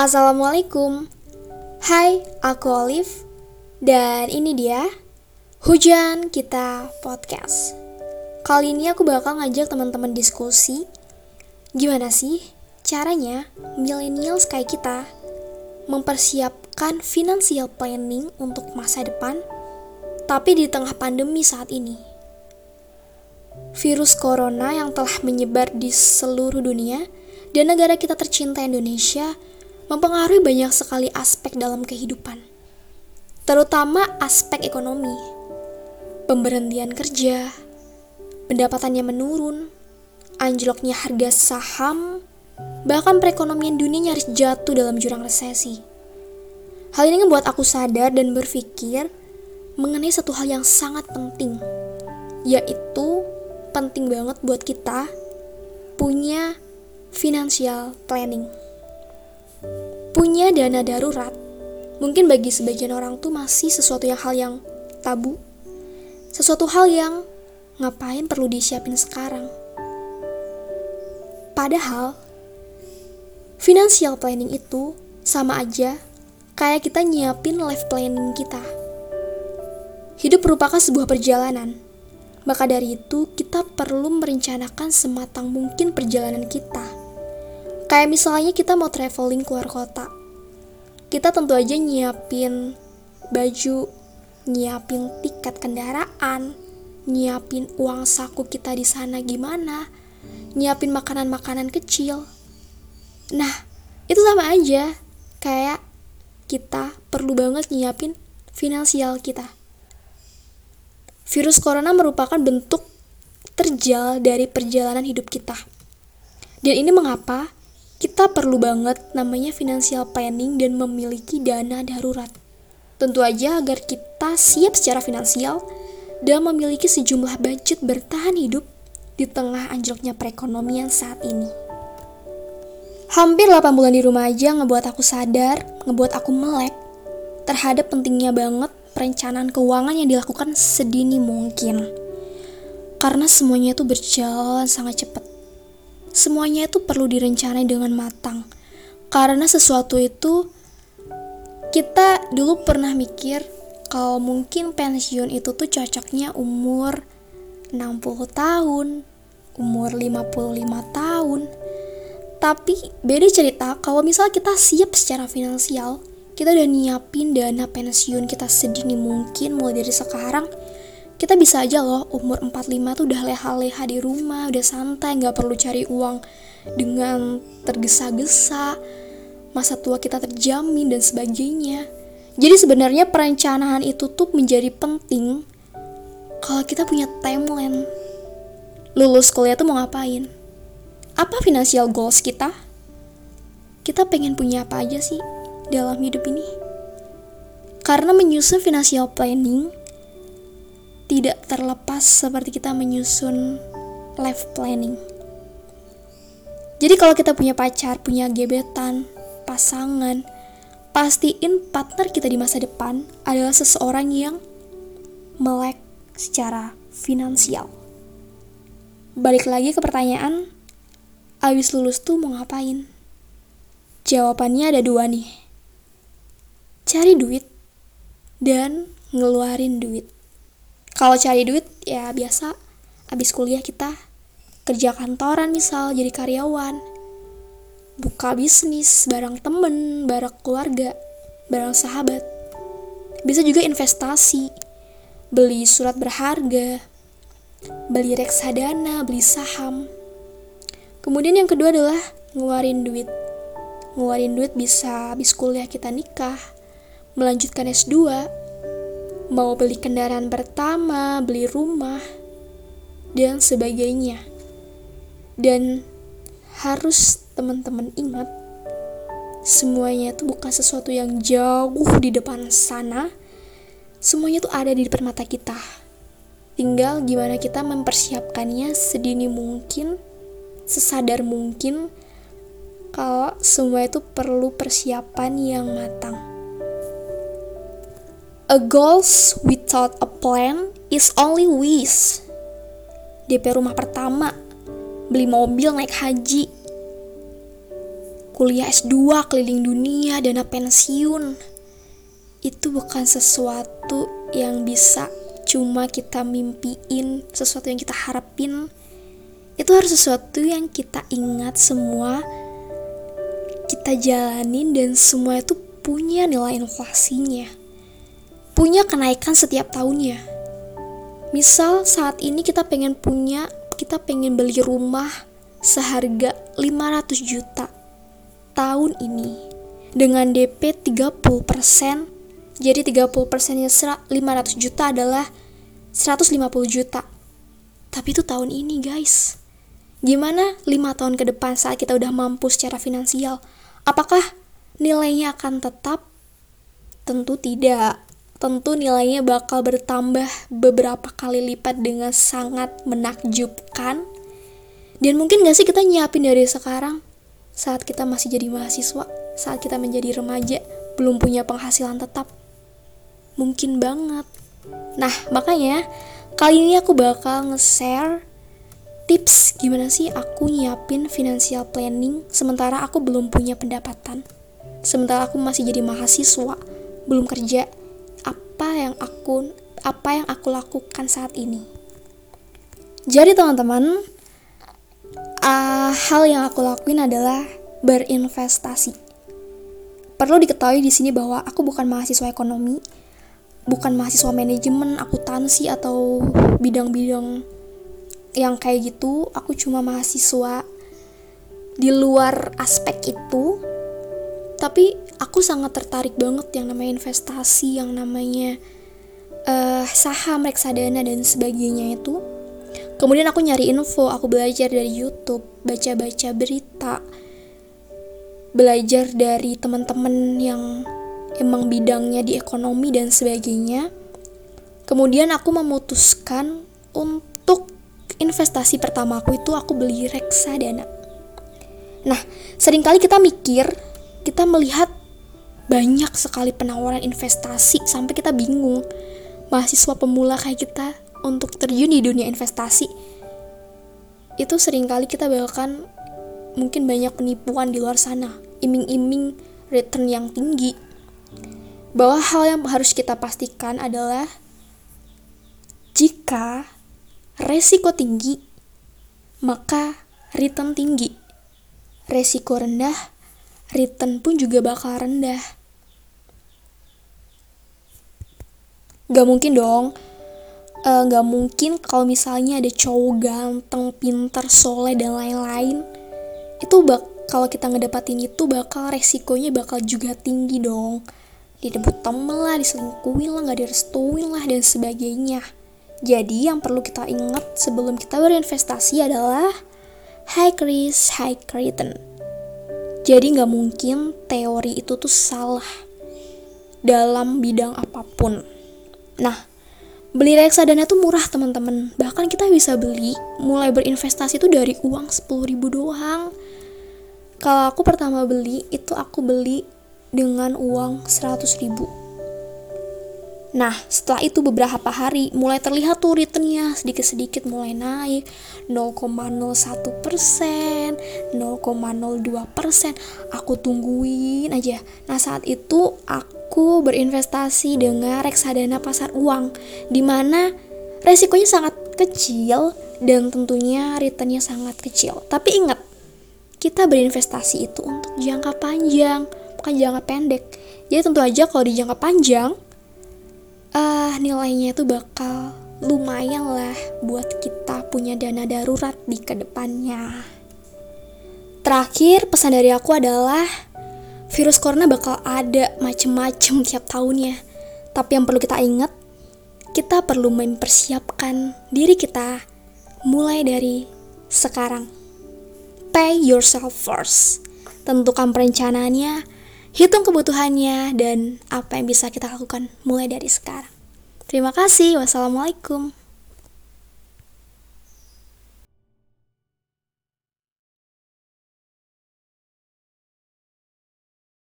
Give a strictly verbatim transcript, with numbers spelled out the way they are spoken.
Assalamualaikum. Hai, aku Olive. Dan ini dia Hujan Kita Podcast. Kali ini aku bakal ngajak teman-teman diskusi gimana sih caranya millennials kayak kita mempersiapkan financial planning untuk masa depan, tapi di tengah pandemi saat ini. Virus corona yang telah menyebar di seluruh dunia dan negara kita tercinta Indonesia mempengaruhi banyak sekali aspek dalam kehidupan, terutama aspek ekonomi. Pemberhentian kerja, pendapatannya menurun, anjloknya harga saham, bahkan perekonomian dunia nyaris jatuh dalam jurang resesi. Hal ini membuat aku sadar dan berpikir mengenai satu hal yang sangat penting, yaitu penting banget buat kita punya financial planning. Punya dana darurat, mungkin bagi sebagian orang tuh masih sesuatu yang hal yang tabu, sesuatu hal yang ngapain perlu disiapin sekarang. Padahal, financial planning itu sama aja kayak kita nyiapin life planning kita. Hidup merupakan sebuah perjalanan, maka dari itu kita perlu merencanakan sematang mungkin perjalanan kita. Kayak misalnya kita mau traveling keluar kota, kita tentu aja nyiapin baju, nyiapin tiket kendaraan, nyiapin uang saku kita di sana gimana, nyiapin makanan-makanan kecil. Nah, itu sama aja kayak kita perlu banget nyiapin finansial kita. Virus corona merupakan bentuk terjal dari perjalanan hidup kita. Dan ini mengapa kita perlu banget namanya financial planning dan memiliki dana darurat. Tentu aja agar kita siap secara finansial dan memiliki sejumlah budget bertahan hidup di tengah anjloknya perekonomian saat ini. Hampir delapan bulan di rumah aja ngebuat aku sadar, ngebuat aku melek terhadap pentingnya banget perencanaan keuangan yang dilakukan sedini mungkin. Karena semuanya itu berjalan sangat cepat. Semuanya itu perlu direncanain dengan matang. Karena sesuatu itu, kita dulu pernah mikir kalau mungkin pensiun itu tuh cocoknya umur enam puluh tahun, umur lima puluh lima tahun. Tapi beda cerita kalau misalnya kita siap secara finansial, kita udah nyiapin dana pensiun kita sedini mungkin mulai dari sekarang. Kita bisa aja loh umur empat puluh lima tuh udah leha-leha di rumah, udah santai, gak perlu cari uang dengan tergesa-gesa, masa tua kita terjamin dan sebagainya. Jadi sebenarnya perencanaan itu tuh menjadi penting kalau kita punya timeline. Lulus kuliah tuh mau ngapain? Apa financial goals kita? Kita pengen punya apa aja sih dalam hidup ini? Karena menyusun financial planning tidak terlepas seperti kita menyusun life planning. Jadi kalau kita punya pacar, punya gebetan, pasangan, pastiin partner kita di masa depan adalah seseorang yang melek secara finansial. Balik lagi ke pertanyaan, abis lulus tuh mau ngapain? Jawabannya ada dua nih. Cari duit dan ngeluarin duit. Kalau cari duit ya biasa, abis kuliah kita kerja kantoran misal, jadi karyawan, buka bisnis bareng temen, bareng keluarga, bareng sahabat. Bisa juga investasi, beli surat berharga, beli reksadana, beli saham. Kemudian yang kedua adalah ngeluarin duit. Ngeluarin duit bisa abis kuliah kita nikah, melanjutkan S dua, mau beli kendaraan pertama, beli rumah, dan sebagainya. Dan harus teman-teman ingat, semuanya itu bukan sesuatu yang jauh di depan sana. Semuanya itu ada di depan mata kita. Tinggal gimana kita mempersiapkannya sedini mungkin, sesadar mungkin, kalau semua itu perlu persiapan yang matang. A goals without a plan is only wish. D P rumah pertama, beli mobil naik haji, kuliah S dua, keliling dunia, dana pensiun. Itu bukan sesuatu yang bisa cuma kita mimpiin, sesuatu yang kita harapin. Itu harus sesuatu yang kita ingat semua, kita jalanin, dan semua itu punya nilai inflasinya, punya kenaikan setiap tahunnya. Misal saat ini kita pengen punya, kita pengen beli rumah seharga lima ratus juta tahun ini dengan D P tiga puluh persen. Jadi tiga puluh persennya lima ratus juta adalah seratus lima puluh juta. Tapi itu tahun ini, guys. Gimana lima tahun ke depan saat kita udah mampu secara finansial? Apakah nilainya akan tetap? Tentu tidak. Tentu nilainya bakal bertambah beberapa kali lipat dengan sangat menakjubkan. Dan mungkin gak sih kita nyiapin dari sekarang, saat kita masih jadi mahasiswa, saat kita menjadi remaja, belum punya penghasilan tetap? Mungkin banget. Nah, makanya kali ini aku bakal nge-share tips gimana sih aku nyiapin financial planning sementara aku belum punya pendapatan, sementara aku masih jadi mahasiswa, belum kerja. Apa yang aku apa yang aku lakukan saat ini? Jadi teman-teman, uh, hal yang aku lakuin adalah berinvestasi. Perlu diketahui di sini bahwa aku bukan mahasiswa ekonomi, bukan mahasiswa manajemen, akuntansi atau bidang-bidang yang kayak gitu. Aku cuma mahasiswa di luar aspek itu. Tapi aku sangat tertarik banget yang namanya investasi, yang namanya uh, saham, reksadana, dan sebagainya itu. Kemudian aku nyari info, aku belajar dari YouTube, baca-baca berita, belajar dari teman-teman yang emang bidangnya di ekonomi dan sebagainya. Kemudian aku memutuskan untuk investasi pertama aku itu aku beli reksadana. Nah, seringkali kita mikir, kita melihat banyak sekali penawaran investasi sampai kita bingung. Mahasiswa pemula kayak kita untuk terjun di dunia investasi itu seringkali kita bahkan mungkin banyak penipuan di luar sana, iming-iming return yang tinggi. Bahwa hal yang harus kita pastikan adalah jika resiko tinggi, maka return tinggi. Resiko rendah, return pun juga bakal rendah. Gak mungkin dong, uh, gak mungkin kalau misalnya ada cowok ganteng, pintar, soleh, dan lain-lain. Itu bak kalau kita ngedapatin itu bakal resikonya bakal juga tinggi dong. Direbut temen lah, diselingkuhin lah, gak direstuin lah, dan sebagainya. Jadi yang perlu kita ingat sebelum kita berinvestasi adalah high risk, high return. Jadi gak mungkin teori itu tuh salah dalam bidang apapun. Nah, beli reksadana tuh murah teman-teman. Bahkan kita bisa beli, mulai berinvestasi tuh dari uang sepuluh ribu doang. Kalau aku pertama beli, itu aku beli dengan uang seratus ribu. Nah, setelah itu beberapa hari mulai terlihat tuh returnnya sedikit-sedikit mulai naik nol koma nol satu persen, nol koma nol dua persen. Aku tungguin aja. Nah, saat itu aku berinvestasi dengan reksadana pasar uang, di mana resikonya sangat kecil dan tentunya returnnya sangat kecil. Tapi ingat, kita berinvestasi itu untuk jangka panjang, bukan jangka pendek. Jadi tentu aja kalau di jangka panjang, uh, nilainya itu bakal lumayan lah buat kita punya dana darurat di kedepannya. Terakhir, pesan dari aku adalah virus corona bakal ada macem-macem tiap tahunnya. Tapi yang perlu kita ingat, kita perlu mempersiapkan diri kita mulai dari sekarang. Pay yourself first. Tentukan perencanaannya, hitung kebutuhannya, dan apa yang bisa kita lakukan mulai dari sekarang. Terima kasih. Wassalamualaikum.